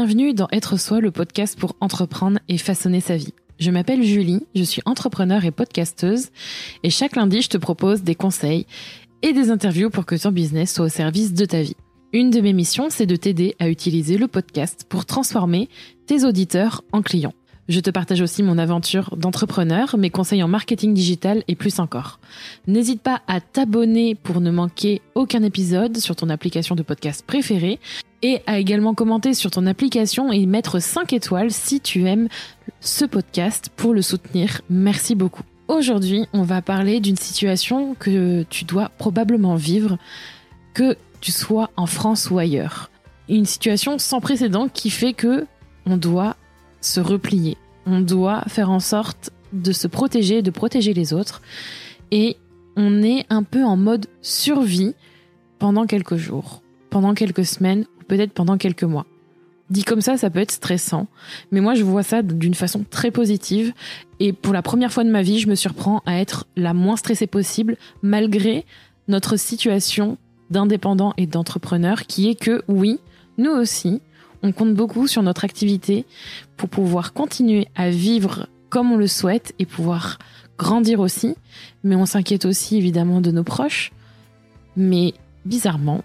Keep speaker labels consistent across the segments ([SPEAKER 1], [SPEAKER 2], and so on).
[SPEAKER 1] Bienvenue dans Être Soi, le podcast pour entreprendre et façonner sa vie. Je m'appelle Julie, je suis entrepreneur et podcasteuse et chaque lundi, je te propose des conseils et des interviews pour que ton business soit au service de ta vie. Une de mes missions, c'est de t'aider à utiliser le podcast pour transformer tes auditeurs en clients. Je te partage aussi mon aventure d'entrepreneur, mes conseils en marketing digital et plus encore. N'hésite pas à t'abonner pour ne manquer aucun épisode sur ton application de podcast préférée et à également commenter sur ton application et mettre 5 étoiles si tu aimes ce podcast pour le soutenir. Merci beaucoup. Aujourd'hui, on va parler d'une situation que tu dois probablement vivre, que tu sois en France ou ailleurs. Une situation sans précédent qui fait que on doit se replier. On doit faire en sorte de se protéger, de protéger les autres. Et on est un peu en mode survie pendant quelques jours, pendant quelques semaines, ou peut-être pendant quelques mois. Dit comme ça peut être stressant. Mais moi, je vois ça d'une façon très positive. Et pour la première fois de ma vie, je me surprends à être la moins stressée possible, malgré notre situation d'indépendant et d'entrepreneur, qui est que, oui, nous aussi, on compte beaucoup sur notre activité pour pouvoir continuer à vivre comme on le souhaite et pouvoir grandir aussi. Mais on s'inquiète aussi évidemment de nos proches. Mais bizarrement,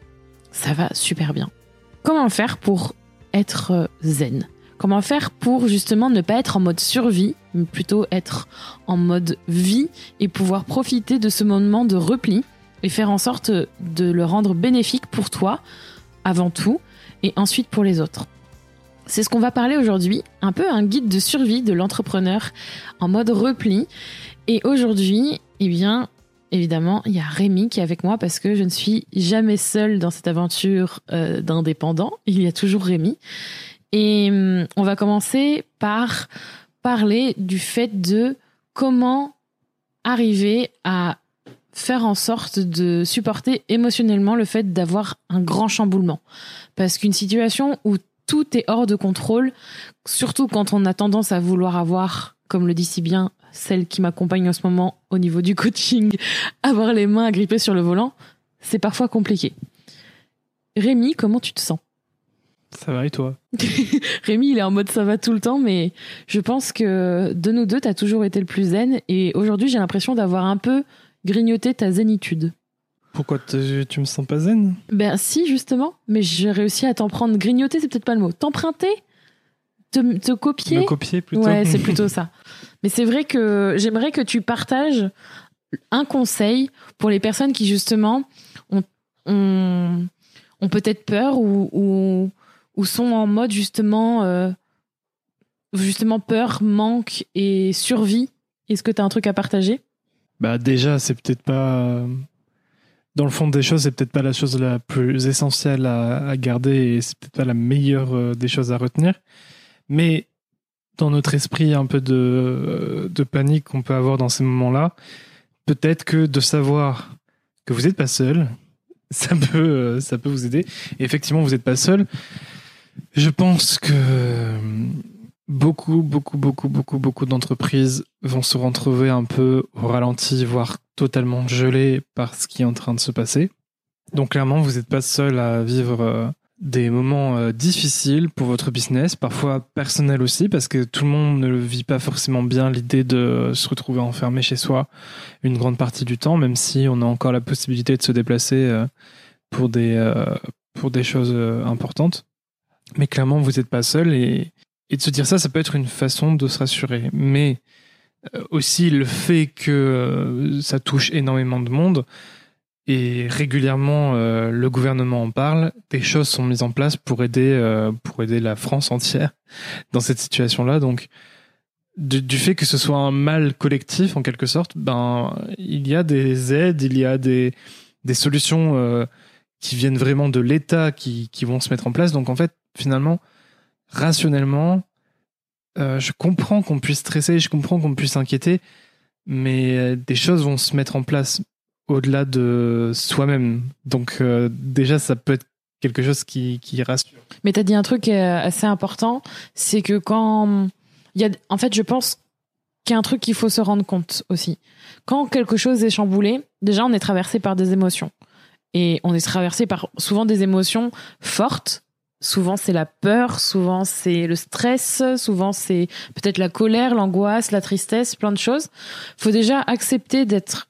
[SPEAKER 1] ça va super bien. Comment faire pour être zen ? Comment faire pour justement ne pas être en mode survie, mais plutôt être en mode vie et pouvoir profiter de ce moment de repli et faire en sorte de le rendre bénéfique pour toi avant tout et ensuite pour les autres. C'est ce qu'on va parler aujourd'hui, un peu un guide de survie de l'entrepreneur en mode repli. Et aujourd'hui, eh bien, évidemment, il y a Rémi qui est avec moi parce que je ne suis jamais seule dans cette aventure d'indépendant. Il y a toujours Rémi. Et on va commencer par parler du fait de comment arriver à faire en sorte de supporter émotionnellement le fait d'avoir un grand chamboulement. Parce qu'une situation où tout est hors de contrôle, surtout quand on a tendance à vouloir avoir, comme le dit si bien celle qui m'accompagne en ce moment au niveau du coaching, avoir les mains agrippées sur le volant, c'est parfois compliqué. Rémi, comment tu te sens ?
[SPEAKER 2] Ça va et toi ?
[SPEAKER 1] Rémi, il est en mode ça va tout le temps, mais je pense que de nous deux, t'as toujours été le plus zen et aujourd'hui, j'ai l'impression d'avoir un peu grignoté ta zénitude.
[SPEAKER 2] Pourquoi tu me sens pas zen ?
[SPEAKER 1] Ben si, justement, mais j'ai réussi à t'en prendre. Grignoter, c'est peut-être pas le mot. T'emprunter ? Te copier ?
[SPEAKER 2] Me copier plutôt ?
[SPEAKER 1] Ouais, c'est plutôt ça. Mais c'est vrai que j'aimerais que tu partages un conseil pour les personnes qui justement ont peut-être peur ou sont en mode justement peur, manque et survie. Est-ce que tu as un truc à partager ?
[SPEAKER 2] Bah déjà, c'est peut-être pas... Dans le fond des choses, c'est peut-être pas la chose la plus essentielle à garder et c'est peut-être pas la meilleure des choses à retenir. Mais dans notre esprit un peu de panique qu'on peut avoir dans ces moments-là, peut-être que de savoir que vous n'êtes pas seul, ça peut vous aider. Et effectivement, vous n'êtes pas seul. Je pense que beaucoup d'entreprises vont se retrouver un peu au ralenti, voire totalement gelées par ce qui est en train de se passer. Donc clairement, vous n'êtes pas seul à vivre des moments difficiles pour votre business, parfois personnels aussi, parce que tout le monde ne vit pas forcément bien l'idée de se retrouver enfermé chez soi une grande partie du temps, même si on a encore la possibilité de se déplacer pour des choses importantes. Mais clairement, vous n'êtes pas seul et de se dire ça peut être une façon de se rassurer. Mais aussi le fait que ça touche énormément de monde et régulièrement le gouvernement en parle, des choses sont mises en place pour aider la France entière dans cette situation-là. Donc, du fait que ce soit un mal collectif en quelque sorte, il y a des aides, il y a des solutions qui viennent vraiment de l'État qui vont se mettre en place. Donc en fait, finalement, rationnellement, je comprends qu'on puisse stresser, je comprends qu'on puisse s'inquiéter, mais des choses vont se mettre en place au-delà de soi-même. Donc déjà, ça peut être quelque chose qui rassure.
[SPEAKER 1] Mais tu as dit un truc assez important, c'est que quand il y a... En fait, je pense qu'il y a un truc qu'il faut se rendre compte aussi. Quand quelque chose est chamboulé, déjà, on est traversé par des émotions. Et on est traversé par souvent des émotions fortes, souvent c'est la peur, souvent c'est le stress, souvent c'est peut-être la colère, l'angoisse, la tristesse, plein de choses. Faut déjà accepter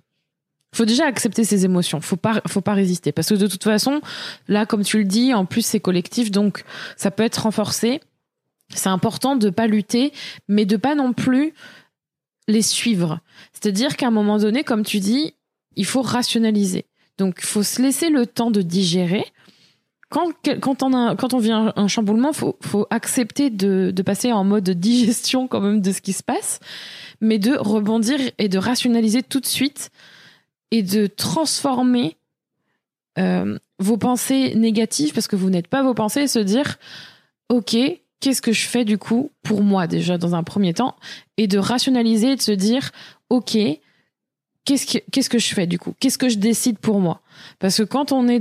[SPEAKER 1] ces émotions. Faut pas résister. Parce que de toute façon, là, comme tu le dis, en plus, c'est collectif, donc ça peut être renforcé. C'est important de pas lutter, mais de pas non plus les suivre. C'est-à-dire qu'à un moment donné, comme tu dis, il faut rationaliser. Donc, il faut se laisser le temps de digérer. Quand on vit un chamboulement, faut accepter de passer en mode digestion quand même de ce qui se passe, mais de rebondir et de rationaliser tout de suite et de transformer vos pensées négatives, parce que vous n'êtes pas vos pensées, et se dire ok, qu'est-ce que je fais du coup pour moi déjà dans un premier temps, et de rationaliser et de se dire ok, qu'est-ce que je fais du coup, qu'est-ce que je décide pour moi. Parce que quand on est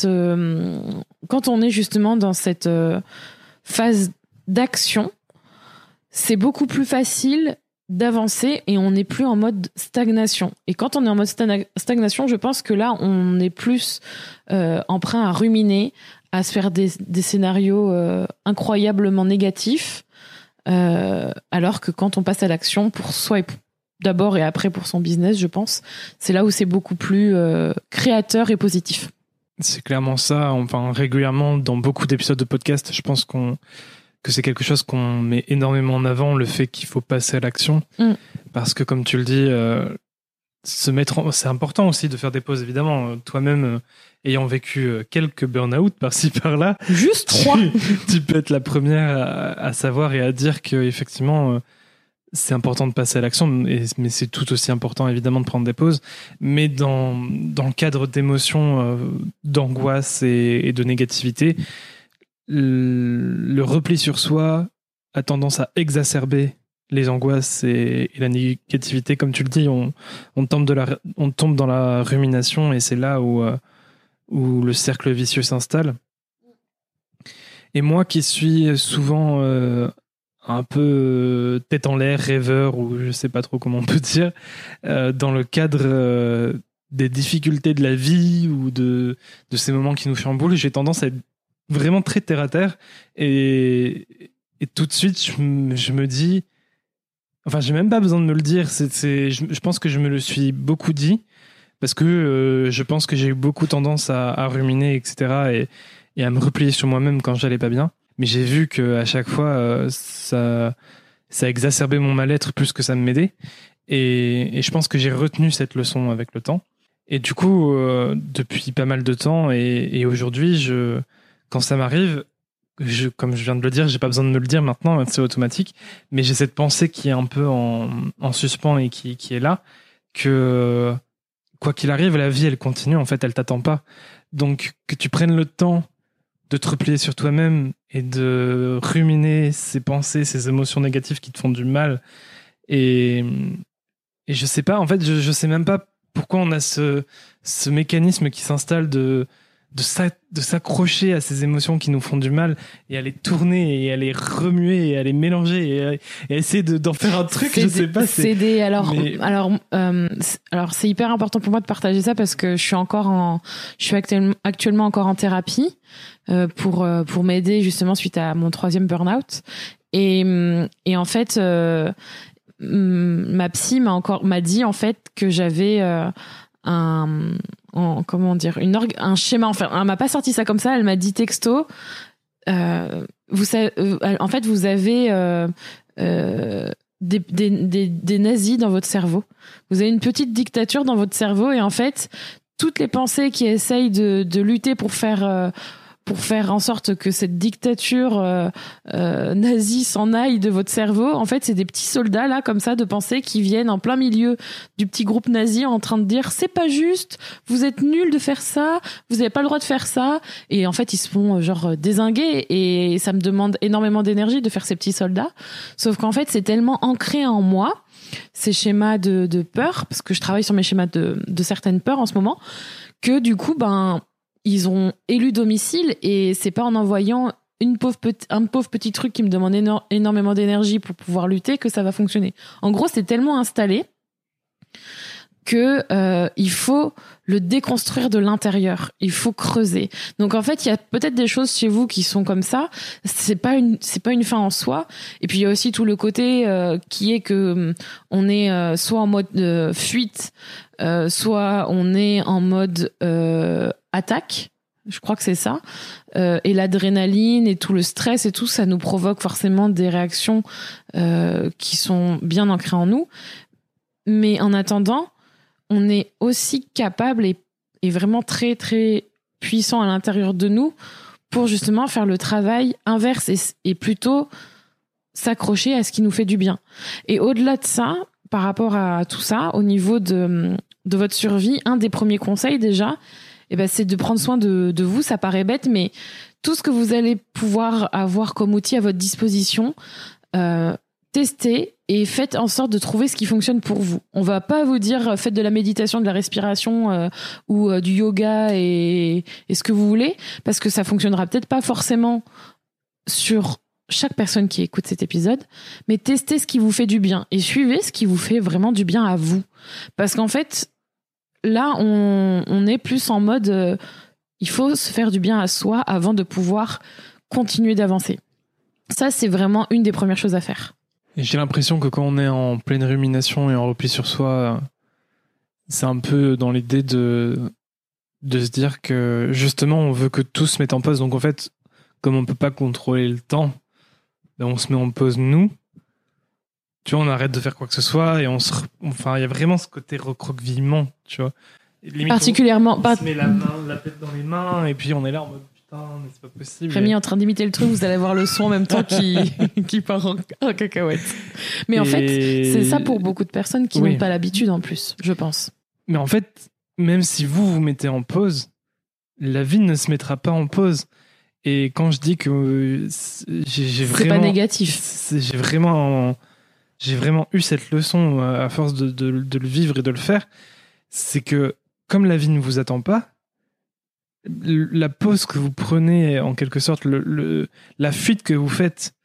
[SPEAKER 1] justement dans cette phase d'action, c'est beaucoup plus facile d'avancer et on n'est plus en mode stagnation. Et quand on est en mode stagnation, je pense que là, on est plus emprunt à ruminer, à se faire des scénarios incroyablement négatifs, alors que quand on passe à l'action pour soi et d'abord et après pour son business, je pense, c'est là où c'est beaucoup plus créateur et positif.
[SPEAKER 2] C'est clairement ça. Enfin, régulièrement, dans beaucoup d'épisodes de podcast, je pense que c'est quelque chose qu'on met énormément en avant, le fait qu'il faut passer à l'action. Parce que, comme tu le dis, c'est important aussi de faire des pauses, évidemment. Toi-même, ayant vécu quelques burn-out par-ci, par-là.
[SPEAKER 1] Juste 3.
[SPEAKER 2] Tu peux être la première à savoir et à dire qu'effectivement, c'est important de passer à l'action, mais c'est tout aussi important, évidemment, de prendre des pauses. Mais dans le cadre d'émotions, d'angoisse et de négativité, le repli sur soi a tendance à exacerber les angoisses et la négativité. Comme tu le dis, on tombe dans la rumination, et c'est là où le cercle vicieux s'installe. Et moi qui suis souvent un peu tête en l'air, rêveur, ou je sais pas trop comment on peut dire, dans le cadre des difficultés de la vie ou de ces moments qui nous chamboulent, j'ai tendance à être vraiment très terre à terre, et tout de suite je me dis, enfin j'ai même pas besoin de me le dire, je pense que je me le suis beaucoup dit, parce que je pense que j'ai eu beaucoup tendance à ruminer, etc., et à me replier sur moi-même quand j'allais pas bien. Mais j'ai vu que à chaque fois ça exacerbait mon mal-être plus que ça ne m'aidait, et je pense que j'ai retenu cette leçon avec le temps. Et du coup, depuis pas mal de temps, et aujourd'hui, quand ça m'arrive, comme je viens de le dire, j'ai pas besoin de me le dire maintenant, c'est automatique, mais j'ai cette pensée qui est un peu en suspens et qui est là, que quoi qu'il arrive, la vie elle continue, en fait, elle t'attend pas. Donc que tu prennes le temps de te replier sur toi-même et de ruminer ces pensées, ces émotions négatives qui te font du mal, et je sais pas, en fait, je sais même pas pourquoi on a ce mécanisme qui s'installe de s'accrocher à ces émotions qui nous font du mal, et à les tourner et à les remuer et à les mélanger et à essayer d'en faire un truc. Je sais pas.
[SPEAKER 1] Alors c'est hyper important pour moi de partager ça, parce que je suis actuellement encore en thérapie pour m'aider justement suite à mon 3e burn-out, et en fait ma psy m'a dit en fait que j'avais un schéma. Enfin, elle m'a pas sorti ça comme ça. Elle m'a dit texto. Vous savez, en fait, vous avez des nazis dans votre cerveau. Vous avez une petite dictature dans votre cerveau, et en fait, toutes les pensées qui essayent de lutter pour faire en sorte que cette dictature nazie s'en aille de votre cerveau, en fait, c'est des petits soldats là, comme ça, de pensée, qui viennent en plein milieu du petit groupe nazi en train de dire c'est pas juste, vous êtes nuls de faire ça, vous avez pas le droit de faire ça, et en fait ils se font genre dézinguer, et ça me demande énormément d'énergie de faire ces petits soldats. Sauf qu'en fait c'est tellement ancré en moi, ces schémas de peur, parce que je travaille sur mes schémas de certaines peurs en ce moment, que du coup ils ont élu domicile, et c'est pas en envoyant un pauvre petit truc qui me demande énormément d'énergie pour pouvoir lutter que ça va fonctionner. En gros, c'est tellement installé que il faut le déconstruire de l'intérieur. Il faut creuser. Donc en fait, il y a peut-être des choses chez vous qui sont comme ça. C'est pas une fin en soi. Et puis il y a aussi tout le côté qui est que on est soit en mode fuite, soit on est en mode attaque. Je crois que c'est ça. Et l'adrénaline et tout le stress et tout, ça nous provoque forcément des réactions qui sont bien ancrées en nous. Mais en attendant, on est aussi capable et vraiment très, très puissant à l'intérieur de nous pour justement faire le travail inverse et plutôt s'accrocher à ce qui nous fait du bien. Et au-delà de ça, par rapport à tout ça, au niveau de votre survie, un des premiers conseils déjà, c'est de prendre soin de vous. Ça paraît bête, mais tout ce que vous allez pouvoir avoir comme outil à votre disposition, testez et faites en sorte de trouver ce qui fonctionne pour vous. On va pas vous dire faites de la méditation, de la respiration ou du yoga et ce que vous voulez, parce que ça fonctionnera peut-être pas forcément sur chaque personne qui écoute cet épisode, mais testez ce qui vous fait du bien et suivez ce qui vous fait vraiment du bien à vous. Parce qu'en fait, là, on est plus en mode il faut se faire du bien à soi avant de pouvoir continuer d'avancer. Ça, c'est vraiment une des premières choses à faire.
[SPEAKER 2] Et j'ai l'impression que quand on est en pleine rumination et en repli sur soi, c'est un peu dans l'idée de se dire que justement on veut que tout se mette en pause. Donc en fait, comme on peut pas contrôler le temps, on se met en pause nous. Tu vois, on arrête de faire quoi que ce soit et il y a vraiment ce côté recroquevillement, tu vois. Limite,
[SPEAKER 1] particulièrement.
[SPEAKER 2] On se met la tête dans les mains et puis on est là en mode putain, mais c'est pas possible.
[SPEAKER 1] Rémi est en train d'imiter le truc, vous allez avoir le son en même temps qui part en cacahuète. Mais en fait, c'est ça pour beaucoup de personnes qui n'ont pas l'habitude en plus, je pense.
[SPEAKER 2] Mais en fait, même si vous mettez en pause, la vie ne se mettra pas en pause. Et quand je dis que j'ai vraiment...
[SPEAKER 1] C'est pas négatif.
[SPEAKER 2] J'ai vraiment eu cette leçon à force de le vivre et de le faire. C'est que comme la vie ne vous attend pas, la pause que vous prenez, en quelque sorte, la fuite que vous faites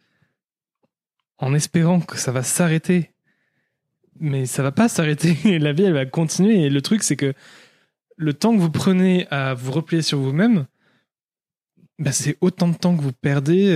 [SPEAKER 2] en espérant que ça va s'arrêter, mais ça va pas s'arrêter. La vie, elle va continuer. Et le truc, c'est que le temps que vous prenez à vous replier sur vous-même, c'est autant de temps que vous perdez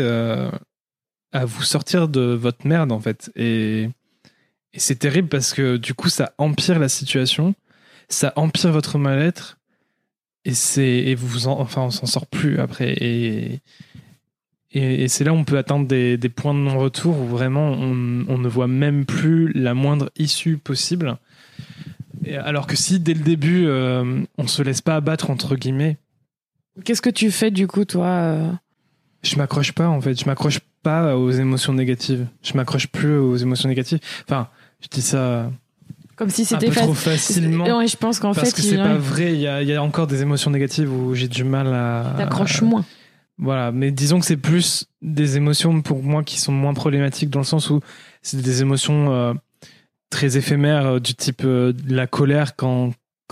[SPEAKER 2] à vous sortir de votre merde, en fait. Et c'est terrible parce que du coup, ça empire la situation, ça empire votre mal-être. Et on s'en sort plus après. Et c'est là où on peut atteindre des points de non-retour où vraiment on ne voit même plus la moindre issue possible. Alors que si dès le début on se laisse pas abattre entre guillemets.
[SPEAKER 1] Qu'est-ce que tu fais du coup toi
[SPEAKER 2] Je m'accroche pas en fait. Je m'accroche pas aux émotions négatives. Je m'accroche plus aux émotions négatives. Enfin, je dis ça.
[SPEAKER 1] Comme si c'était
[SPEAKER 2] trop facilement.
[SPEAKER 1] Non, et je pense qu'en
[SPEAKER 2] parce
[SPEAKER 1] fait,
[SPEAKER 2] que c'est pas vrai. Il y a encore des émotions négatives où j'ai du mal à.
[SPEAKER 1] T'accroches moins.
[SPEAKER 2] Voilà, mais disons que c'est plus des émotions pour moi qui sont moins problématiques dans le sens où c'est des émotions très éphémères du type de la colère quand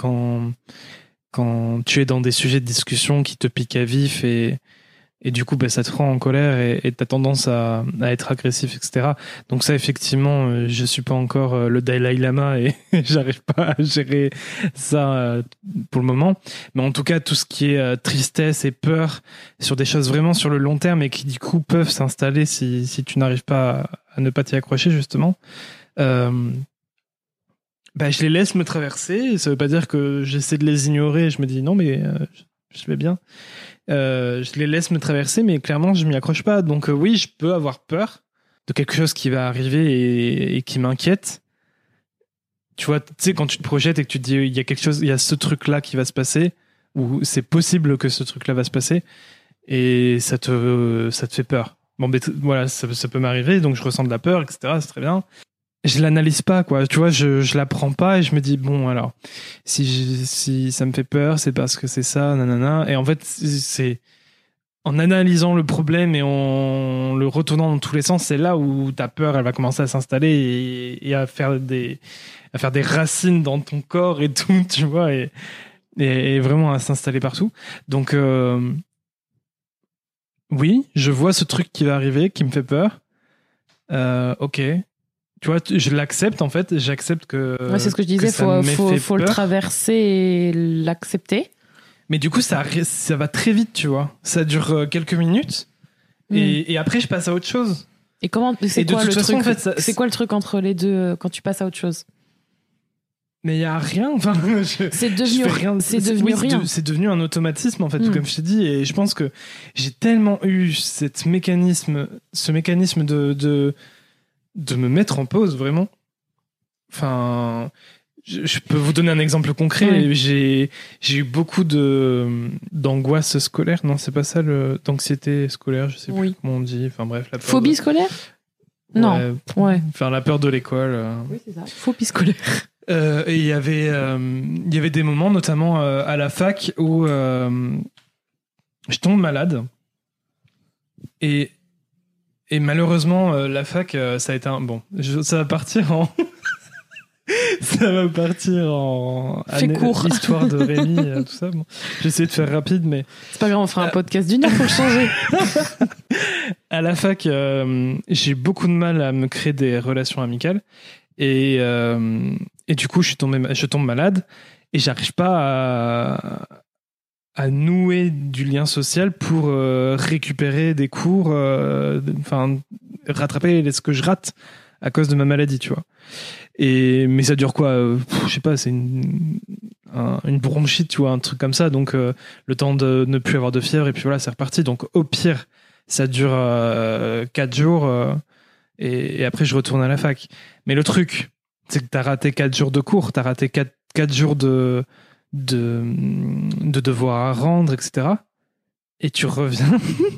[SPEAKER 2] tu es dans des sujets de discussion qui te piquent à vif et du coup ça te rend en colère et t'as tendance à être agressif, etc. Donc ça effectivement je suis pas encore le Dalai Lama et j'arrive pas à gérer ça pour le moment, mais en tout cas tout ce qui est tristesse et peur sur des choses vraiment sur le long terme et qui du coup peuvent s'installer si tu n'arrives pas à ne pas t'y accrocher justement, je les laisse me traverser. Ça veut pas dire que j'essaie de les ignorer, je me dis non mais je vais bien. Je les laisse me traverser, mais clairement je m'y accroche pas. Donc oui, je peux avoir peur de quelque chose qui va arriver et qui m'inquiète. Tu vois, tu sais, quand tu te projettes et que tu te dis il y a quelque chose, il y a ce truc là qui va se passer, ou c'est possible que ce truc là va se passer, et ça te fait peur. Bon, voilà, ça peut m'arriver, donc je ressens de la peur, etc. C'est très bien. Je l'analyse pas, quoi. Tu vois, je la prends pas et je me dis bon, alors si ça me fait peur, c'est parce que c'est ça, nanana. Et en fait, c'est en analysant le problème et en le retournant dans tous les sens, c'est là où ta peur, elle va commencer à s'installer et à faire des racines dans ton corps et tout, tu vois, et vraiment à s'installer partout. Donc oui, je vois ce truc qui va arriver, qui me fait peur. Ok. tu vois, je l'accepte en fait, j'accepte que.
[SPEAKER 1] Ouais, c'est ce que je disais, faut le traverser et l'accepter.
[SPEAKER 2] Mais du coup, ça va très vite, tu vois. Ça dure quelques minutes et après, je passe à autre chose.
[SPEAKER 1] Et comment, c'est quoi le truc en fait, c'est quoi le truc entre les deux quand tu passes à autre chose?
[SPEAKER 2] Mais il y a rien. Enfin,
[SPEAKER 1] c'est devenu rien.
[SPEAKER 2] C'est devenu un automatisme en fait, comme je t'ai dit. Et je pense que j'ai tellement eu ce mécanisme de me mettre en pause vraiment. Enfin, je peux vous donner un exemple concret. Ouais. J'ai eu beaucoup d'angoisse scolaire. Non, c'est pas ça, d'anxiété scolaire. Je sais plus comment on dit. Enfin bref, la peur
[SPEAKER 1] phobie scolaire. Non. Ouais.
[SPEAKER 2] Enfin, la peur de l'école.
[SPEAKER 1] Oui, c'est ça. Phobie scolaire.
[SPEAKER 2] Et il y avait des moments, notamment à la fac, où je tombe malade. Et malheureusement, la fac, ça a été ça va partir en... ça va partir en...
[SPEAKER 1] court.
[SPEAKER 2] Histoire de Rémi, tout ça. Bon, j'essaie de faire rapide, mais...
[SPEAKER 1] C'est pas grave, on fera un podcast d'une heure pour le changer.
[SPEAKER 2] À la fac, j'ai eu beaucoup de mal à me créer des relations amicales. Et du coup, je tombe malade et j'arrive pas à nouer du lien social pour récupérer des cours, rattraper ce que je rate à cause de ma maladie, tu vois. Mais ça dure quoi, je sais pas, c'est une bronchite, tu vois, un truc comme ça. Donc le temps de ne plus avoir de fièvre et puis voilà, c'est reparti. Donc au pire, ça dure 4 jours et après je retourne à la fac. Mais le truc, c'est que t'as raté 4 jours de cours, t'as raté 4 jours de devoirs à rendre, etc. Et tu reviens,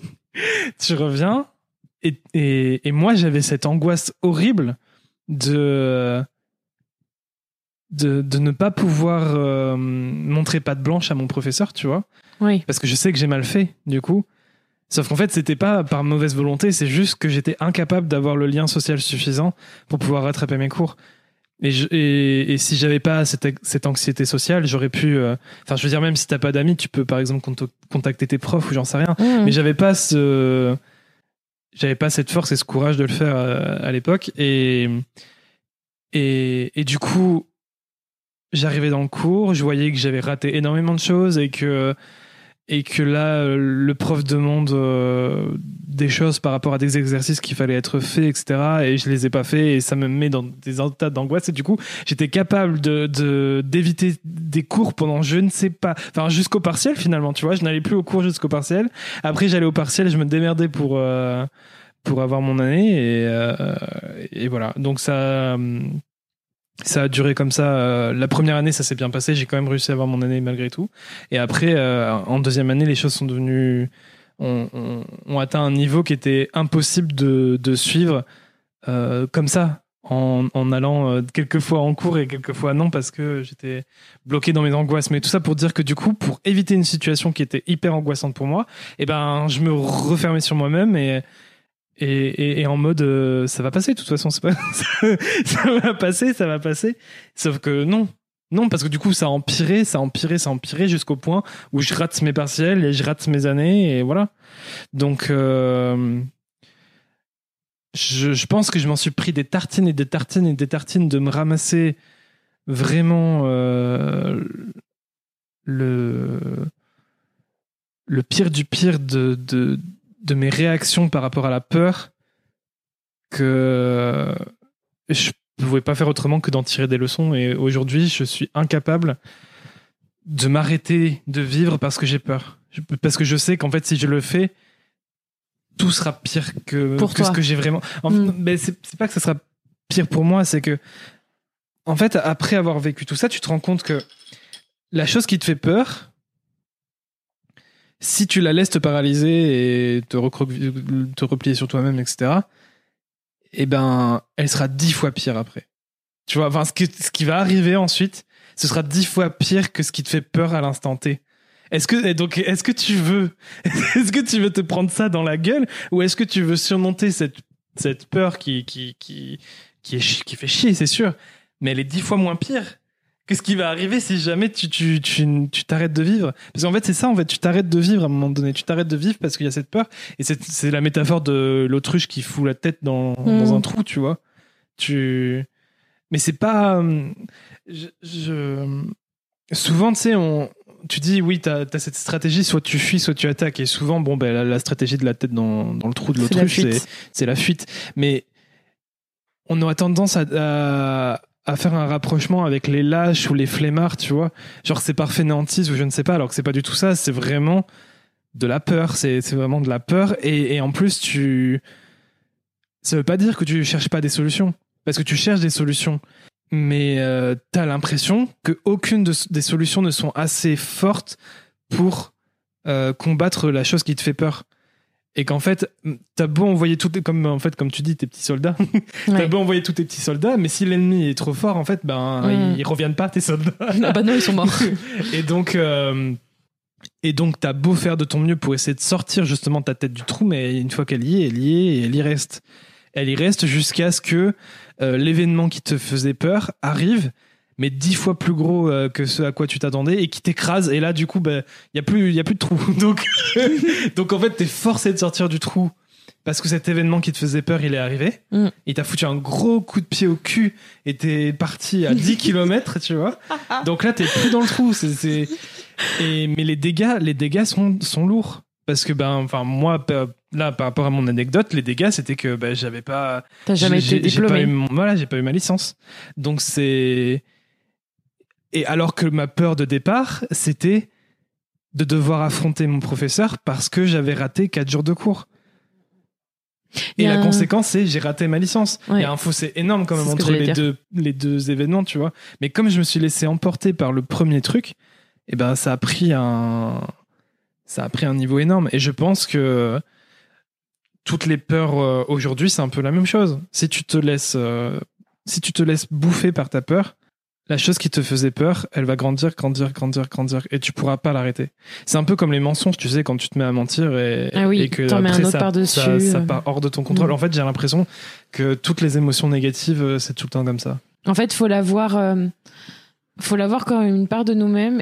[SPEAKER 2] et moi j'avais cette angoisse horrible de ne pas pouvoir montrer patte blanche à mon professeur, tu vois.
[SPEAKER 1] Oui.
[SPEAKER 2] Parce que je sais que j'ai mal fait, du coup. Sauf qu'en fait, c'était pas par mauvaise volonté, c'est juste que j'étais incapable d'avoir le lien social suffisant pour pouvoir rattraper mes cours. Et si j'avais pas cette anxiété sociale, j'aurais pu... Enfin, je veux dire, même si t'as pas d'amis, tu peux par exemple contacter tes profs ou j'en sais rien. Mais j'avais pas cette force et ce courage de le faire à l'époque. Et du coup, j'arrivais dans le cours, je voyais que j'avais raté énormément de choses et que là, le prof demande des choses par rapport à des exercices qu'il fallait être faits, etc. Et je les ai pas faits et ça me met dans des états d'angoisse. Et du coup, j'étais capable d'éviter des cours pendant je ne sais pas... Enfin, jusqu'au partiel, finalement, tu vois. Je n'allais plus au cours jusqu'au partiel. Après, j'allais au partiel et je me démerdais pour avoir mon année. Et voilà. Donc ça a duré comme ça. La première année, ça s'est bien passé. J'ai quand même réussi à avoir mon année malgré tout. Et après, en deuxième année, les choses sont devenues... ont atteint un niveau qui était impossible de suivre comme ça, en allant quelquefois en cours et quelquefois non, parce que j'étais bloqué dans mes angoisses. Mais tout ça pour dire que du coup, pour éviter une situation qui était hyper angoissante pour moi, je me refermais sur moi-même et en mode ça va passer de toute façon, c'est pas ça va passer, sauf que non, parce que du coup ça a empiré jusqu'au point où je rate mes partiels et je rate mes années et voilà. Donc je pense que je m'en suis pris des tartines et des tartines et des tartines de me ramasser vraiment le pire du pire de mes réactions par rapport à la peur, que je pouvais pas faire autrement que d'en tirer des leçons. Et aujourd'hui, je suis incapable de m'arrêter de vivre parce que j'ai peur. Parce que je sais qu'en fait, si je le fais, tout sera pire que ce que j'ai vraiment... Mais c'est pas que ça sera pire pour moi, c'est que en fait, après avoir vécu tout ça, tu te rends compte que la chose qui te fait peur, si tu la laisses te paralyser et te replier sur toi-même, etc., elle sera 10 fois pire après. Tu vois, enfin, ce qui va arriver ensuite, ce sera 10 fois pire que ce qui te fait peur à l'instant T. Est-ce que tu veux te prendre ça dans la gueule, ou est-ce que tu veux surmonter cette peur qui fait chier, c'est sûr, mais elle est 10 fois moins pire? Qu'est-ce qui va arriver si jamais tu t'arrêtes de vivre? Parce qu'en fait, c'est ça, en fait, tu t'arrêtes de vivre à un moment donné. Tu t'arrêtes de vivre parce qu'il y a cette peur. Et c'est la métaphore de l'autruche qui fout la tête dans un trou, tu vois. Mais c'est pas. Souvent, tu sais, tu dis oui, t'as cette stratégie, soit tu fuis, soit tu attaques. Et souvent, bon, ben, la stratégie de la tête dans le trou de l'autruche, c'est la fuite. Mais on aurait tendance à faire un rapprochement avec les lâches ou les flemmards, tu vois. Genre, c'est par fainéantise ou je ne sais pas, alors que c'est pas du tout ça. C'est vraiment de la peur. C'est vraiment de la peur. Et en plus, ça veut pas dire que tu cherches pas des solutions. Parce que tu cherches des solutions. Mais t'as l'impression qu'aucune des solutions ne sont assez fortes pour combattre la chose qui te fait peur. Et qu'en fait, t'as beau envoyer comme tu dis, tes petits soldats. T'as beau envoyer tous tes petits soldats, mais si l'ennemi est trop fort, en fait, ils reviennent pas, tes soldats.
[SPEAKER 1] Ah bah non, ils sont morts.
[SPEAKER 2] Et donc, t'as beau faire de ton mieux pour essayer de sortir justement ta tête du trou, mais une fois qu'elle y est, et elle y reste. Elle y reste jusqu'à ce que l'événement qui te faisait peur arrive, mais 10 fois plus gros que ce à quoi tu t'attendais et qui t'écrase. Et là, du coup, il y a plus de trou. Donc en fait, t'es forcé de sortir du trou parce que cet événement qui te faisait peur, il est arrivé. Il t'a foutu un gros coup de pied au cul et t'es parti à 10 km, tu vois. Donc là, t'es plus dans le trou. Mais les dégâts sont lourds. Parce que, moi, là, par rapport à mon anecdote, les dégâts, c'était que j'avais pas.
[SPEAKER 1] T'as jamais été diplômé.
[SPEAKER 2] J'ai pas eu ma licence. Donc c'est. Et alors que ma peur de départ, c'était de devoir affronter mon professeur parce que j'avais raté 4 jours de cours. Et la conséquence, c'est j'ai raté ma licence. Il y a un fossé énorme quand même entre les deux événements, tu vois. Mais comme je me suis laissé emporter par le premier truc, ça a pris un niveau énorme. Et je pense que toutes les peurs aujourd'hui, c'est un peu la même chose. Si tu te laisses bouffer par ta peur, la chose qui te faisait peur, elle va grandir, et tu pourras pas l'arrêter. C'est un peu comme les mensonges, tu sais, quand tu te mets à mentir et que
[SPEAKER 1] t'en mets un autre par-dessus.
[SPEAKER 2] Ça part hors de ton contrôle. En fait, j'ai l'impression que toutes les émotions négatives, c'est tout le temps comme ça.
[SPEAKER 1] En fait, faut la voir comme une part de nous-mêmes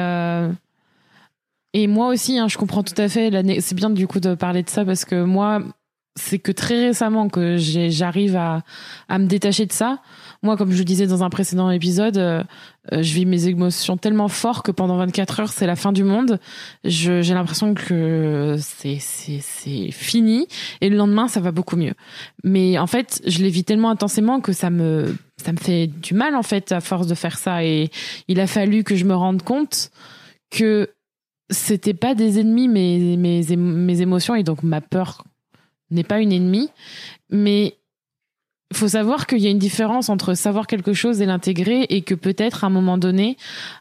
[SPEAKER 1] et moi aussi, je comprends tout à fait. C'est bien du coup de parler de ça parce que moi, c'est que très récemment que j'arrive à me détacher de ça. Moi, comme je le disais dans un précédent épisode, je vis mes émotions tellement fort que pendant 24 heures, c'est la fin du monde. J'ai l'impression que c'est fini et le lendemain, ça va beaucoup mieux. Mais en fait, je les vis tellement intensément que ça me fait du mal en fait à force de faire ça. Et il a fallu que je me rende compte que c'était pas des ennemis mes émotions et donc ma peur n'est pas une ennemie, mais il faut savoir qu'il y a une différence entre savoir quelque chose et l'intégrer et que peut-être à un moment donné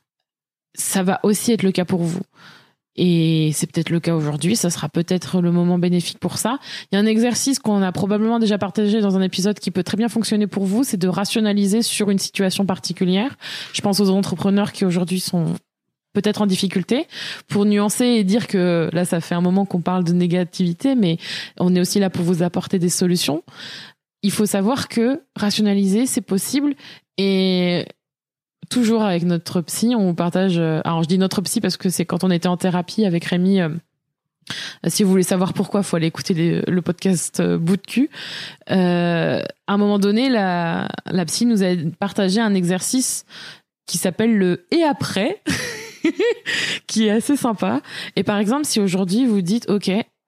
[SPEAKER 1] ça va aussi être le cas pour vous et c'est peut-être le cas aujourd'hui, ça sera peut-être le moment bénéfique pour ça. Il y a un exercice qu'on a probablement déjà partagé dans un épisode qui peut très bien fonctionner pour vous, c'est de rationaliser sur une situation particulière. Je pense aux entrepreneurs qui aujourd'hui sont peut-être en difficulté, pour nuancer et dire que là, ça fait un moment qu'on parle de négativité, mais on est aussi là pour vous apporter des solutions. Il faut savoir que rationaliser, c'est possible et toujours avec notre psy, on partage... Alors, je dis notre psy parce que c'est quand on était en thérapie avec Rémi. Si vous voulez savoir pourquoi, il faut aller écouter le podcast Bout de cul. À un moment donné, la psy nous a partagé un exercice qui s'appelle le « et après ». qui est assez sympa. Et par exemple, si aujourd'hui vous dites ok,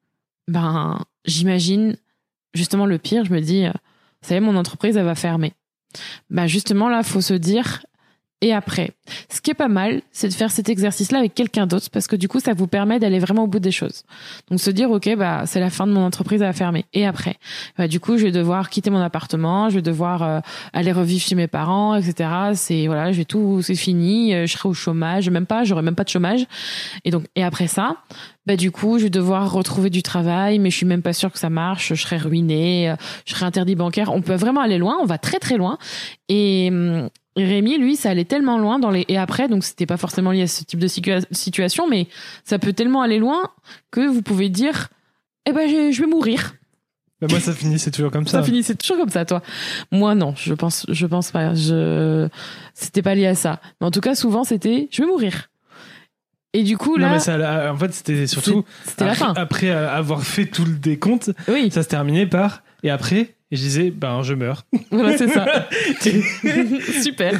[SPEAKER 1] j'imagine justement le pire, je me dis ça y est, mon entreprise elle va fermer. Justement là, faut se dire et après. Ce qui est pas mal, c'est de faire cet exercice-là avec quelqu'un d'autre parce que du coup, ça vous permet d'aller vraiment au bout des choses. Donc se dire ok, c'est la fin de mon entreprise, elle va fermer. Et après, du coup, je vais devoir quitter mon appartement, je vais devoir aller revivre chez mes parents, etc. C'est fini, je serai au chômage, j'aurai même pas de chômage. Et après ça, du coup, je vais devoir retrouver du travail, mais je suis même pas sûre que ça marche, je serai ruinée, je serai interdit bancaire. On peut vraiment aller loin, on va très très loin. Et Rémi, lui, ça allait tellement loin dans les et après, donc c'était pas forcément lié à ce type de situation, mais ça peut tellement aller loin que vous pouvez dire, je vais mourir.
[SPEAKER 2] Moi, ça finissait toujours comme ça.
[SPEAKER 1] Ça finissait toujours comme ça, toi. Moi, non, je pense pas. C'était pas lié à ça. Mais en tout cas, souvent, c'était, je vais mourir. Et du coup, là.
[SPEAKER 2] Non, mais ça, en fait, c'était surtout.
[SPEAKER 1] C'était la fin.
[SPEAKER 2] Après avoir fait tout le décompte,
[SPEAKER 1] oui.
[SPEAKER 2] Ça se terminait par, et après, Et je disais, je meurs.
[SPEAKER 1] Voilà, c'est ça. Super.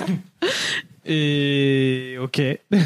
[SPEAKER 2] Et ok.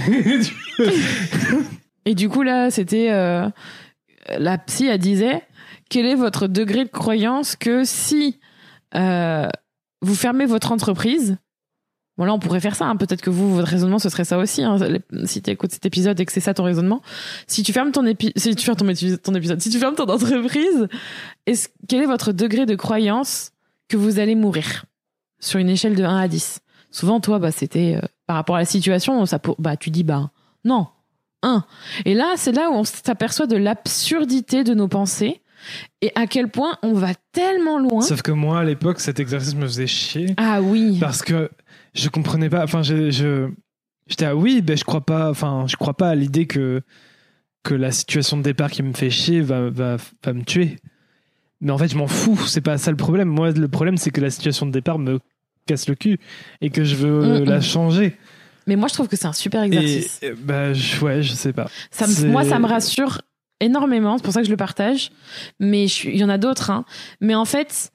[SPEAKER 1] Et du coup, là, c'était... la psy, elle disait, quel est votre degré de croyance que si vous fermez votre entreprise... Bon, là, on pourrait faire ça. Hein. Peut-être que vous, votre raisonnement, ce serait ça aussi. Hein. Si tu écoutes cet épisode et que c'est ça ton raisonnement. Si tu fermes ton épisode, si tu fermes ton entreprise, quel est votre degré de croyance que vous allez mourir sur une échelle de 1 à 10? Souvent, toi, c'était par rapport à la situation, tu dis, non, 1. Et là, c'est là où on s'aperçoit de l'absurdité de nos pensées et à quel point on va tellement loin.
[SPEAKER 2] Sauf que moi, à l'époque, cet exercice me faisait chier.
[SPEAKER 1] Ah oui.
[SPEAKER 2] Parce que je comprenais pas. Enfin, j'étais je crois pas à l'idée que la situation de départ qui me fait chier va me tuer. Mais en fait, je m'en fous. C'est pas ça le problème. Moi, le problème, c'est que la situation de départ me casse le cul et que je veux la changer.
[SPEAKER 1] Mais moi, je trouve que c'est un super exercice.
[SPEAKER 2] Je sais pas.
[SPEAKER 1] Moi, ça me rassure énormément. C'est pour ça que je le partage. Mais il y en a d'autres. Hein. Mais en fait,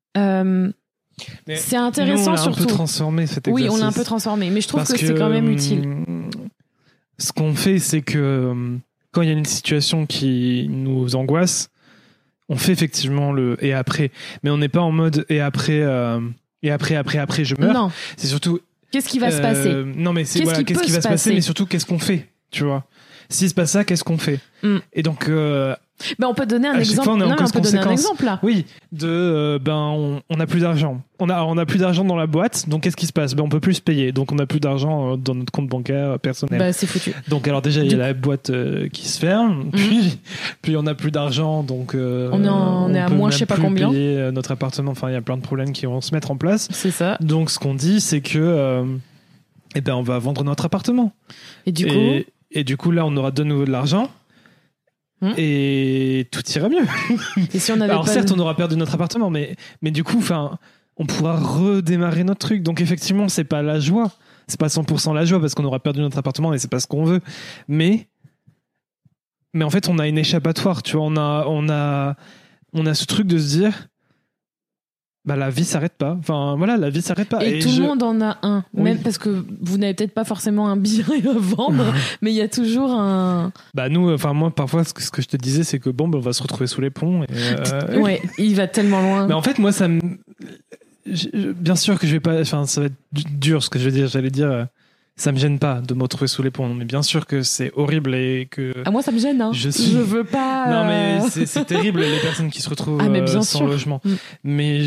[SPEAKER 1] c'est intéressant.
[SPEAKER 2] On l'a
[SPEAKER 1] surtout.
[SPEAKER 2] Un peu transformé cet exercice.
[SPEAKER 1] Oui, on l'a un peu transformé. Mais je trouve que c'est quand même utile.
[SPEAKER 2] Ce qu'on fait, c'est que quand il y a une situation qui nous angoisse, on fait effectivement le et après. Mais on n'est pas en mode et après, je meurs. Non. C'est surtout.
[SPEAKER 1] Qu'est-ce qui va se passer?
[SPEAKER 2] Non, mais c'est qu'est-ce qui va se passer, mais surtout qu'est-ce qu'on fait, tu vois. S'il se passe ça, qu'est-ce qu'on fait? Et donc,
[SPEAKER 1] on peut donner un exemple.
[SPEAKER 2] On
[SPEAKER 1] peut donner un exemple là.
[SPEAKER 2] Oui, on n'a plus d'argent. On a plus d'argent dans la boîte, donc qu'est-ce qui se passe? On peut plus se payer, donc on n'a plus d'argent dans notre compte bancaire personnel.
[SPEAKER 1] C'est foutu.
[SPEAKER 2] Donc alors déjà il y a la boîte qui se ferme, puis on n'a plus d'argent, donc
[SPEAKER 1] on est à moins je sais pas combien.
[SPEAKER 2] Payer notre appartement. Enfin, il y a plein de problèmes qui vont se mettre en place.
[SPEAKER 1] C'est ça.
[SPEAKER 2] Donc ce qu'on dit, c'est que on va vendre notre appartement. Et du coup là, on aura de nouveau de l'argent. Et tout ira mieux.
[SPEAKER 1] Et si on avait
[SPEAKER 2] alors certes, on aura perdu notre appartement, mais du coup, on pourra redémarrer notre truc. Donc effectivement, c'est pas la joie, c'est pas 100% la joie parce qu'on aura perdu notre appartement et c'est pas ce qu'on veut. Mais en fait, on a une échappatoire. Tu vois, on a ce truc de se dire, la vie s'arrête pas. Enfin voilà, la vie s'arrête pas.
[SPEAKER 1] Et tout le monde en a un, même parce que vous n'avez peut-être pas forcément un bien à vendre, mais il y a toujours un.
[SPEAKER 2] Moi parfois ce que je te disais, c'est que on va se retrouver sous les ponts. Et,
[SPEAKER 1] ouais, il va tellement loin.
[SPEAKER 2] Mais en fait, moi bien sûr que je vais pas. Enfin, ça va être dur ce que je veux dire. J'allais dire. Ça me gêne pas de me retrouver sous les ponts, mais bien sûr que c'est horrible et que.
[SPEAKER 1] Ah, moi ça me gêne, hein. Je veux pas.
[SPEAKER 2] Non mais c'est terrible les personnes qui se retrouvent sans logement. Mais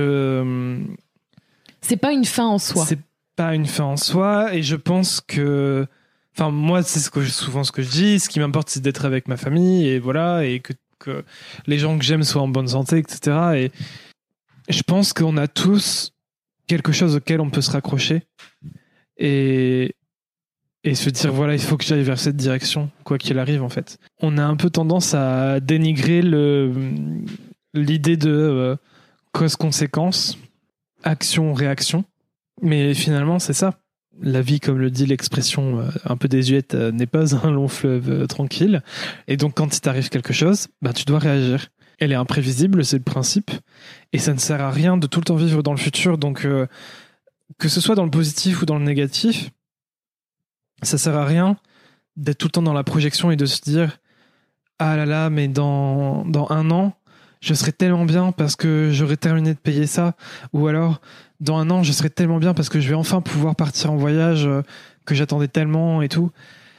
[SPEAKER 1] c'est pas une fin en soi.
[SPEAKER 2] C'est pas une fin en soi et je pense que. Enfin moi c'est souvent ce que je dis. Ce qui m'importe c'est d'être avec ma famille et voilà et que les gens que j'aime soient en bonne santé, etc. Et je pense qu'on a tous quelque chose auquel on peut se raccrocher. Et se dire voilà, il faut que j'aille vers cette direction quoi qu'il arrive. En fait, on a un peu tendance à dénigrer l'idée de cause-conséquence, action-réaction, mais finalement c'est ça. La vie, comme le dit l'expression un peu désuète, n'est pas un long fleuve tranquille, et donc quand il t'arrive quelque chose, tu dois réagir. Elle est imprévisible, c'est le principe, et ça ne sert à rien de tout le temps vivre dans le futur. Donc que ce soit dans le positif ou dans le négatif, ça sert à rien d'être tout le temps dans la projection et de se dire ah là là, mais dans 1 an, je serai tellement bien parce que j'aurai terminé de payer ça, ou alors dans 1 an, je serai tellement bien parce que je vais enfin pouvoir partir en voyage que j'attendais tellement et tout.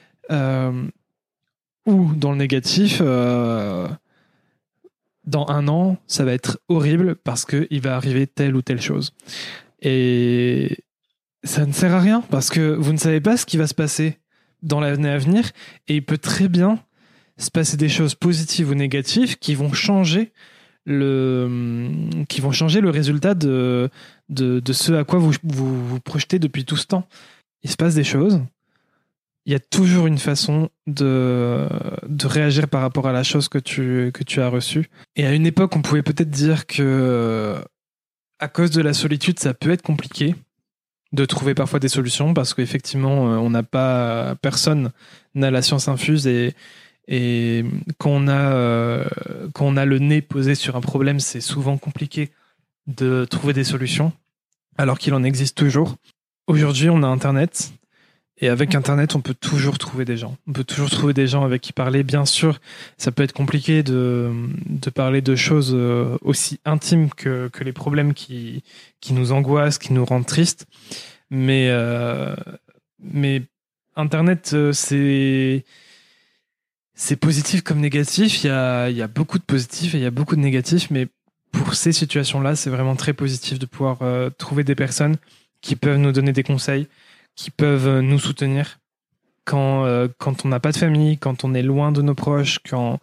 [SPEAKER 2] Ou dans le négatif, dans 1 an, ça va être horrible parce qu'il va arriver telle ou telle chose. Et ça ne sert à rien parce que vous ne savez pas ce qui va se passer dans l'année à venir et il peut très bien se passer des choses positives ou négatives qui vont changer le résultat de ce à quoi vous projetez depuis tout ce temps. Il se passe des choses. Il y a toujours une façon de réagir par rapport à la chose que tu as reçue. Et à une époque, on pouvait peut-être dire que à cause de la solitude, ça peut être compliqué de trouver parfois des solutions parce qu'effectivement, personne n'a la science infuse et quand on a le nez posé sur un problème, c'est souvent compliqué de trouver des solutions, alors qu'il en existe toujours. Aujourd'hui, on a Internet. Et avec Internet, on peut toujours trouver des gens. On peut toujours trouver des gens avec qui parler. Bien sûr, ça peut être compliqué de parler de choses aussi intimes que les problèmes qui nous angoissent, qui nous rendent tristes. Mais Internet, c'est positif comme négatif. Il y a beaucoup de positifs et il y a beaucoup de négatifs. Mais pour ces situations-là, c'est vraiment très positif de pouvoir trouver des personnes qui peuvent nous donner des conseils, qui peuvent nous soutenir quand on n'a pas de famille, quand on est loin de nos proches, quand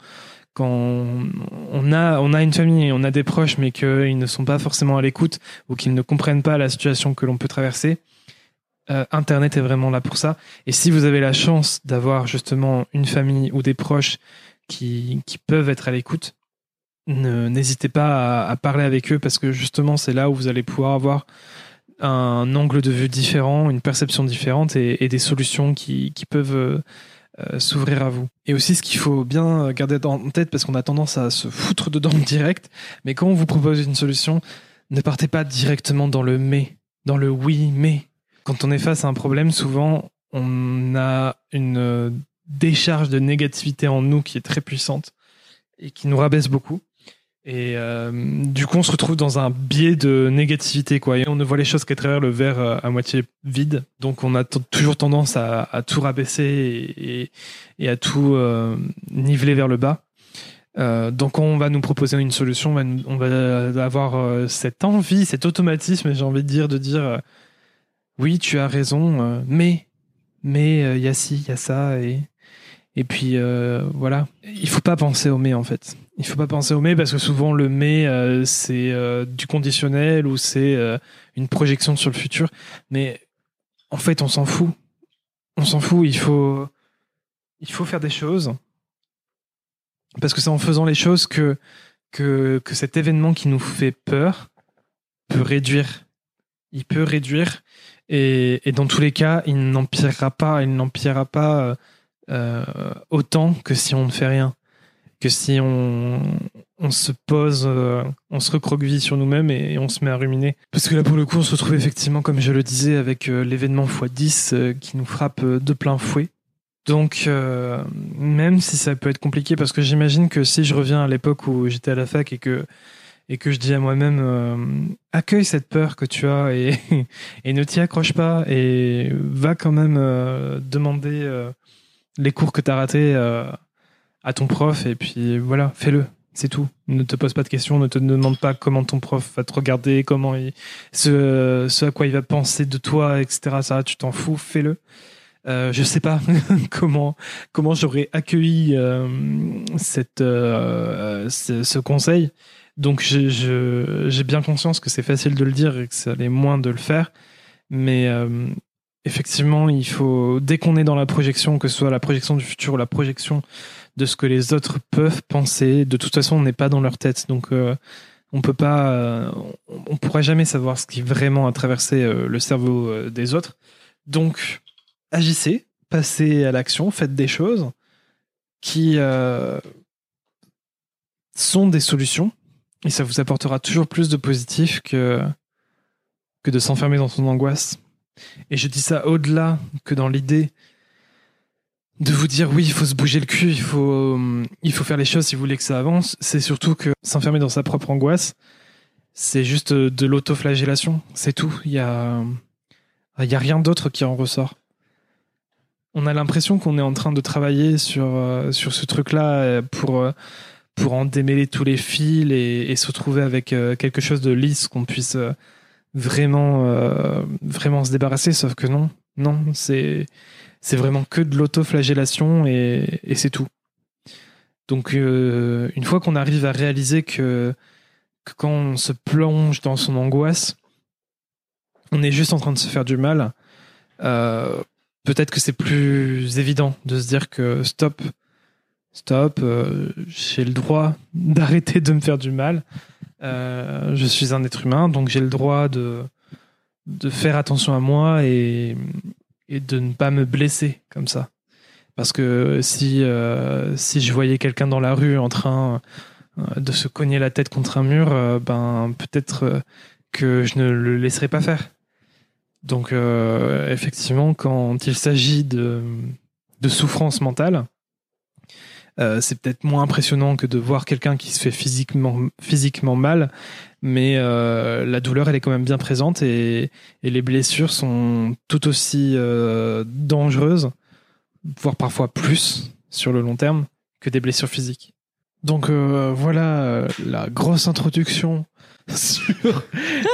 [SPEAKER 2] on a une famille et on a des proches mais qu'ils ne sont pas forcément à l'écoute ou qu'ils ne comprennent pas la situation que l'on peut traverser. Internet est vraiment là pour ça. Et si vous avez la chance d'avoir justement une famille ou des proches qui peuvent être à l'écoute, n'hésitez pas à parler avec eux, parce que justement c'est là où vous allez pouvoir avoir un angle de vue différent, une perception différente et des solutions qui peuvent s'ouvrir à vous. Et aussi, ce qu'il faut bien garder en tête, parce qu'on a tendance à se foutre dedans direct, mais quand on vous propose une solution, ne partez pas directement dans le mais, dans le oui, mais. Quand on est face à un problème, souvent, on a une décharge de négativité en nous qui est très puissante et qui nous rabaisse beaucoup. Et du coup, on se retrouve dans un biais de négativité, quoi. Et on ne voit les choses qu'à travers le verre à moitié vide. Donc, on a toujours tendance à tout rabaisser et à tout niveler vers le bas. Donc, on va nous proposer une solution. On va avoir cette envie, cet automatisme, j'ai envie de dire oui, tu as raison, mais il y a ci, il y a ça, et puis voilà. Il faut pas penser au mais, en fait. Il faut pas penser au mais, parce que souvent le mais c'est du conditionnel ou c'est une projection sur le futur. Mais en fait, on s'en fout. On s'en fout. Il faut faire des choses, parce que c'est en faisant les choses que cet événement qui nous fait peur peut réduire. Il peut réduire, et dans tous les cas, il n'empirera pas autant que si on ne fait rien. Que si on se pose, on se recroqueville sur nous-mêmes et on se met à ruminer. Parce que là, pour le coup, on se retrouve effectivement, comme je le disais, avec l'événement x10 qui nous frappe de plein fouet. Donc, même si ça peut être compliqué, parce que j'imagine que si je reviens à l'époque où j'étais à la fac et que je dis à moi-même accueille cette peur que tu as et ne t'y accroche pas, et va quand même demander les cours que tu as ratés à ton prof, et puis voilà, fais-le, c'est tout. Ne te pose pas de questions, ne te demande pas comment ton prof va te regarder, ce à quoi il va penser de toi, etc. Ça, tu t'en fous, fais-le. Je sais pas comment j'aurais accueilli ce conseil. Donc j'ai bien conscience que c'est facile de le dire et que ça l'est moins de le faire, mais effectivement, il faut, dès qu'on est dans la projection, que ce soit la projection du futur ou la projection de ce que les autres peuvent penser, de toute façon, on n'est pas dans leur tête, donc on peut pas, on pourra jamais savoir ce qui vraiment a traversé le cerveau des autres. Donc, agissez, passez à l'action, faites des choses qui sont des solutions, et ça vous apportera toujours plus de positif que de s'enfermer dans son angoisse. Et je dis ça au-delà que dans l'idée de vous dire oui, il faut se bouger le cul, il faut faire les choses si vous voulez que ça avance. C'est surtout que s'enfermer dans sa propre angoisse, c'est juste de l'autoflagellation, c'est tout. Il y a rien d'autre qui en ressort. On a l'impression qu'on est en train de travailler sur ce truc-là pour en démêler tous les fils et se retrouver avec quelque chose de lisse qu'on puisse vraiment se débarrasser, sauf que non, c'est vraiment que de l'autoflagellation et c'est tout. Donc une fois qu'on arrive à réaliser que quand on se plonge dans son angoisse, on est juste en train de se faire du mal, peut-être que c'est plus évident de se dire que stop, j'ai le droit d'arrêter de me faire du mal. Je suis un être humain, donc j'ai le droit de faire attention à moi et de ne pas me blesser comme ça. Parce que si je voyais quelqu'un dans la rue en train de se cogner la tête contre un mur, peut-être que je ne le laisserai pas faire. Donc effectivement, quand il s'agit de souffrance mentale, c'est peut-être moins impressionnant que de voir quelqu'un qui se fait physiquement mal, mais la douleur, elle est quand même bien présente et les blessures sont tout aussi dangereuses, voire parfois plus sur le long terme que des blessures physiques. Donc voilà la grosse introduction sur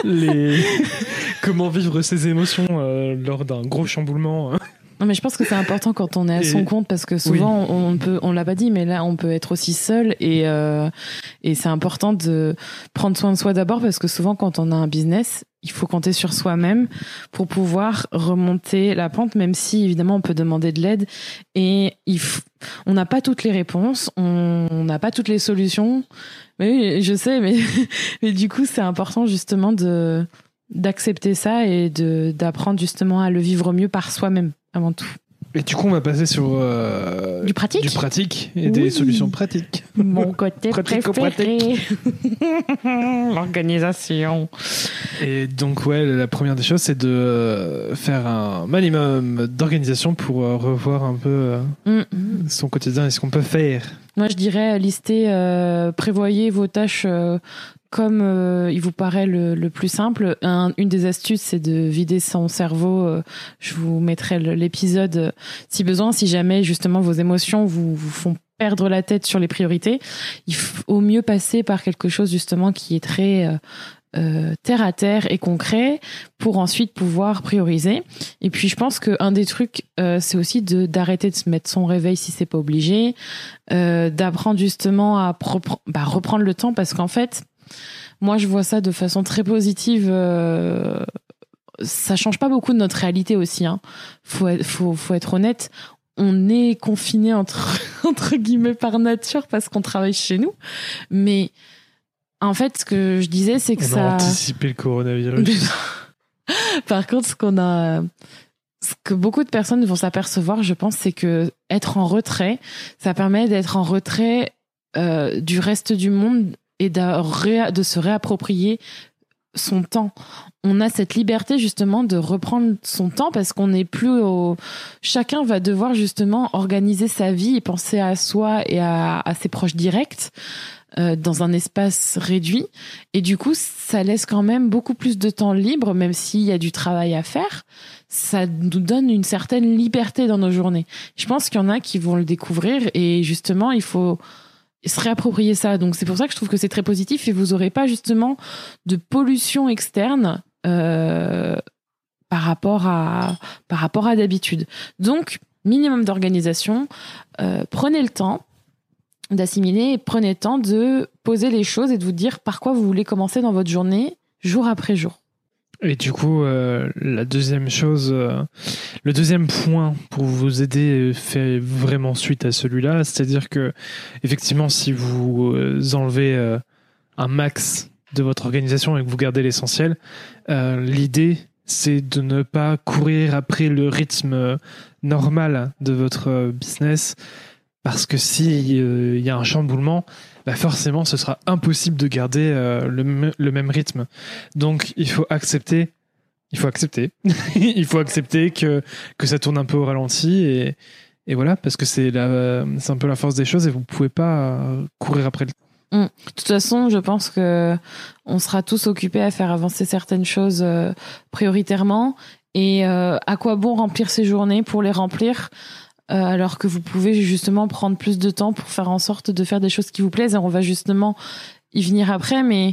[SPEAKER 2] comment vivre ses émotions lors d'un gros chamboulement.
[SPEAKER 1] Non, mais je pense que c'est important quand on est à son compte, parce que souvent on l'a pas dit, mais là on peut être aussi seul et c'est important de prendre soin de soi d'abord, parce que souvent quand on a un business, il faut compter sur soi-même pour pouvoir remonter la pente, même si évidemment on peut demander de l'aide et on n'a pas toutes les réponses, on n'a pas toutes les solutions. Mais oui, je sais, mais du coup c'est important justement d'accepter ça et d'apprendre justement à le vivre mieux par soi-même avant tout.
[SPEAKER 2] Et du coup, on va passer sur
[SPEAKER 1] du pratique
[SPEAKER 2] et des solutions pratiques.
[SPEAKER 1] Mon côté préféré. L'organisation.
[SPEAKER 2] Et donc, la première des choses, c'est de faire un minimum d'organisation pour revoir un peu son quotidien et ce qu'on peut faire.
[SPEAKER 1] Moi, je dirais prévoyez vos tâches comme il vous paraît le plus simple. Une des astuces, c'est de vider son cerveau. Je vous mettrai l'épisode si besoin, si jamais justement vos émotions vous font perdre la tête sur les priorités. Il faut au mieux passer par quelque chose justement qui est très terre à terre et concret pour ensuite pouvoir prioriser. Et puis je pense qu'un des trucs, c'est aussi d'arrêter de se mettre son réveil si c'est pas obligé, d'apprendre justement à reprendre le temps, parce qu'en fait, moi je vois ça de façon très positive. Ça change pas beaucoup de notre réalité aussi, hein. Faut être honnête. On est confiné entre guillemets par nature parce qu'on travaille chez nous, mais en fait, ce que je disais, c'est que
[SPEAKER 2] on a anticipé le coronavirus.
[SPEAKER 1] Par contre, ce que beaucoup de personnes vont s'apercevoir, je pense, c'est que être en retrait, ça permet d'être en retrait du reste du monde et de se réapproprier son temps. On a cette liberté justement de reprendre son temps parce qu'on n'est plus chacun va devoir justement organiser sa vie et penser à soi et à ses proches directs dans un espace réduit, et du coup ça laisse quand même beaucoup plus de temps libre, même s'il y a du travail à faire. Ça nous donne une certaine liberté dans nos journées. Je pense qu'il y en a qui vont le découvrir, et justement il faut se réapproprier ça. Donc c'est pour ça que je trouve que c'est très positif, et vous aurez pas justement de pollution externe par rapport à d'habitude. Donc minimum d'organisation, prenez le temps d'assimiler, prenez le temps de poser les choses et de vous dire par quoi vous voulez commencer dans votre journée, jour après jour.
[SPEAKER 2] Et du coup, la deuxième chose, le deuxième point pour vous aider fait vraiment suite à celui-là, c'est-à-dire que effectivement, si vous enlevez un max de votre organisation et que vous gardez l'essentiel, l'idée, c'est de ne pas courir après le rythme normal de votre business. Parce que si y a un chamboulement, forcément, ce sera impossible de garder le même rythme. Donc, il faut accepter. Il faut accepter que ça tourne un peu au ralenti, et voilà, parce que c'est un peu la force des choses, et vous pouvez pas courir après le.
[SPEAKER 1] De toute façon, je pense que on sera tous occupés à faire avancer certaines choses prioritairement. Et à quoi bon remplir ces journées pour les remplir alors que vous pouvez justement prendre plus de temps pour faire en sorte de faire des choses qui vous plaisent. Et on va justement y venir après, mais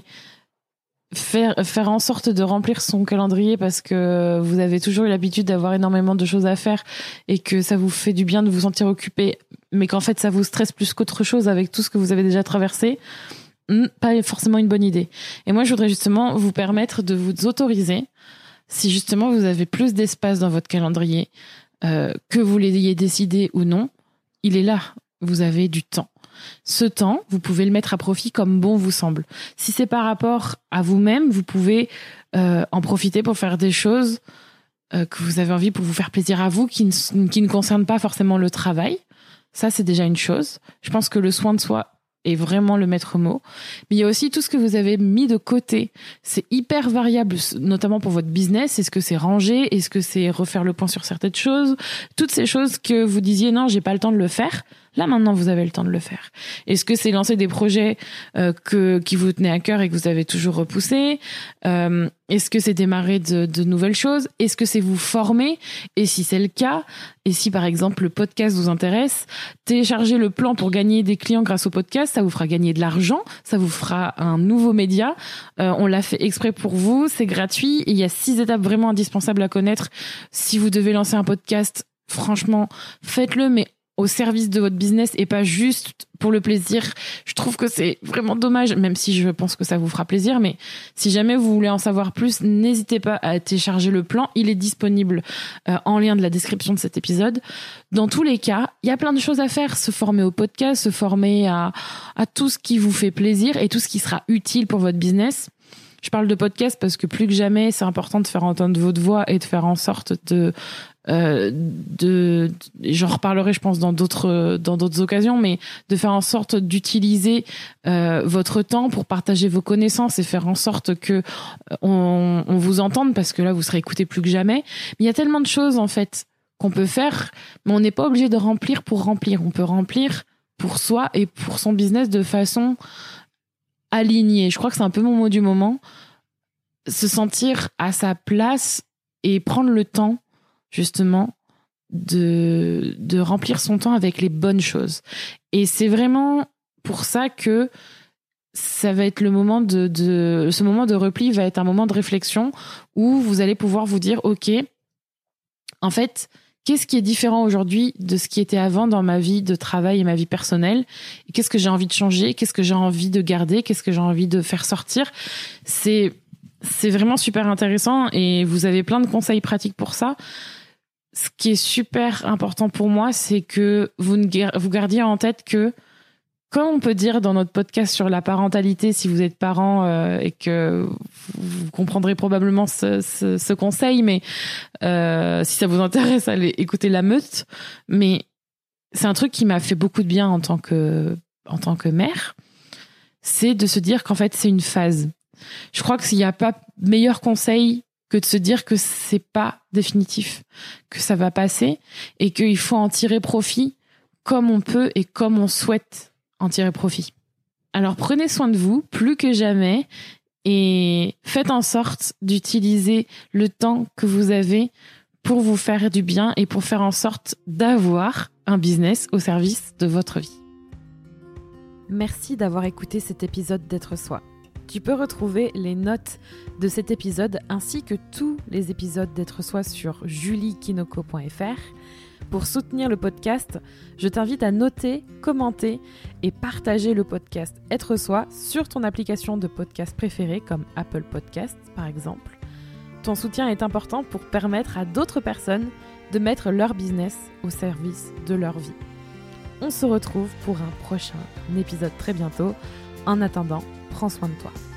[SPEAKER 1] faire en sorte de remplir son calendrier parce que vous avez toujours eu l'habitude d'avoir énormément de choses à faire et que ça vous fait du bien de vous sentir occupé, mais qu'en fait ça vous stresse plus qu'autre chose avec tout ce que vous avez déjà traversé, pas forcément une bonne idée. Et moi je voudrais justement vous permettre de vous autoriser, si justement vous avez plus d'espace dans votre calendrier, que vous l'ayez décidé ou non, il est là, vous avez du temps. Ce temps, vous pouvez le mettre à profit comme bon vous semble. Si c'est par rapport à vous-même, vous pouvez en profiter pour faire des choses que vous avez envie pour vous faire plaisir à vous, qui ne concernent pas forcément le travail. Ça, c'est déjà une chose. Je pense que le soin de soi est vraiment le maître mot. Mais il y a aussi tout ce que vous avez mis de côté. C'est hyper variable, notamment pour votre business. Est-ce que c'est ranger? Est-ce que c'est refaire le point sur certaines choses? Toutes ces choses que vous disiez, non, j'ai pas le temps de le faire. Là, maintenant, vous avez le temps de le faire. Est-ce que c'est lancer des projets qui vous tenaient à cœur et que vous avez toujours repoussé? Est-ce que c'est démarrer de nouvelles choses? Est-ce que c'est vous former? Et si c'est le cas, et si par exemple le podcast vous intéresse, télécharger le plan pour gagner des clients grâce au podcast, ça vous fera gagner de l'argent, ça vous fera un nouveau média. On l'a fait exprès pour vous, c'est gratuit. Et il y a 6 étapes vraiment indispensables à connaître. Si vous devez lancer un podcast, franchement, faites-le, mais au service de votre business et pas juste pour le plaisir. Je trouve que c'est vraiment dommage, même si je pense que ça vous fera plaisir. Mais si jamais vous voulez en savoir plus, n'hésitez pas à télécharger le plan. Il est disponible en lien de la description de cet épisode. Dans tous les cas, il y a plein de choses à faire. Se former au podcast, se former à tout ce qui vous fait plaisir et tout ce qui sera utile pour votre business. Je parle de podcast parce que plus que jamais, c'est important de faire entendre votre voix et de faire en sorte j'en reparlerai je pense dans d'autres occasions, mais de faire en sorte d'utiliser votre temps pour partager vos connaissances et faire en sorte que on vous entende, parce que là vous serez écouté plus que jamais. Mais il y a tellement de choses en fait qu'on peut faire, mais on n'est pas obligé de remplir pour remplir. On peut remplir pour soi et pour son business de façon alignée. Je crois que c'est un peu mon mot du moment, se sentir à sa place et prendre le temps justement de remplir son temps avec les bonnes choses. Et c'est vraiment pour ça que ça va être le moment ce moment de repli va être un moment de réflexion où vous allez pouvoir vous dire, ok, en fait, qu'est-ce qui est différent aujourd'hui de ce qui était avant dans ma vie de travail et ma vie personnelle? Et qu'est-ce que j'ai envie de changer? Qu'est-ce que j'ai envie de garder? Qu'est-ce que j'ai envie de faire sortir? C'est vraiment super intéressant et vous avez plein de conseils pratiques pour ça. Ce qui est super important pour moi, c'est que vous gardiez en tête que, comme on peut dire dans notre podcast sur la parentalité, si vous êtes parent et que vous comprendrez probablement ce conseil, mais si ça vous intéresse, allez écouter La Meute. Mais c'est un truc qui m'a fait beaucoup de bien en tant que mère, c'est de se dire qu'en fait, c'est une phase. Je crois que s'il n'y a pas meilleur conseil que de se dire que c'est pas définitif, que ça va passer et qu'il faut en tirer profit comme on peut et comme on souhaite en tirer profit. Alors prenez soin de vous plus que jamais et faites en sorte d'utiliser le temps que vous avez pour vous faire du bien et pour faire en sorte d'avoir un business au service de votre vie. Merci d'avoir écouté cet épisode d'Être Soi. Tu peux retrouver les notes de cet épisode ainsi que tous les épisodes d'Être Soi sur juliekinoko.fr. Pour soutenir le podcast, je t'invite à noter, commenter et partager le podcast Être Soi sur ton application de podcast préférée comme Apple Podcasts par exemple. Ton soutien est important pour permettre à d'autres personnes de mettre leur business au service de leur vie. On se retrouve pour un prochain épisode très bientôt. En attendant, prends soin de toi.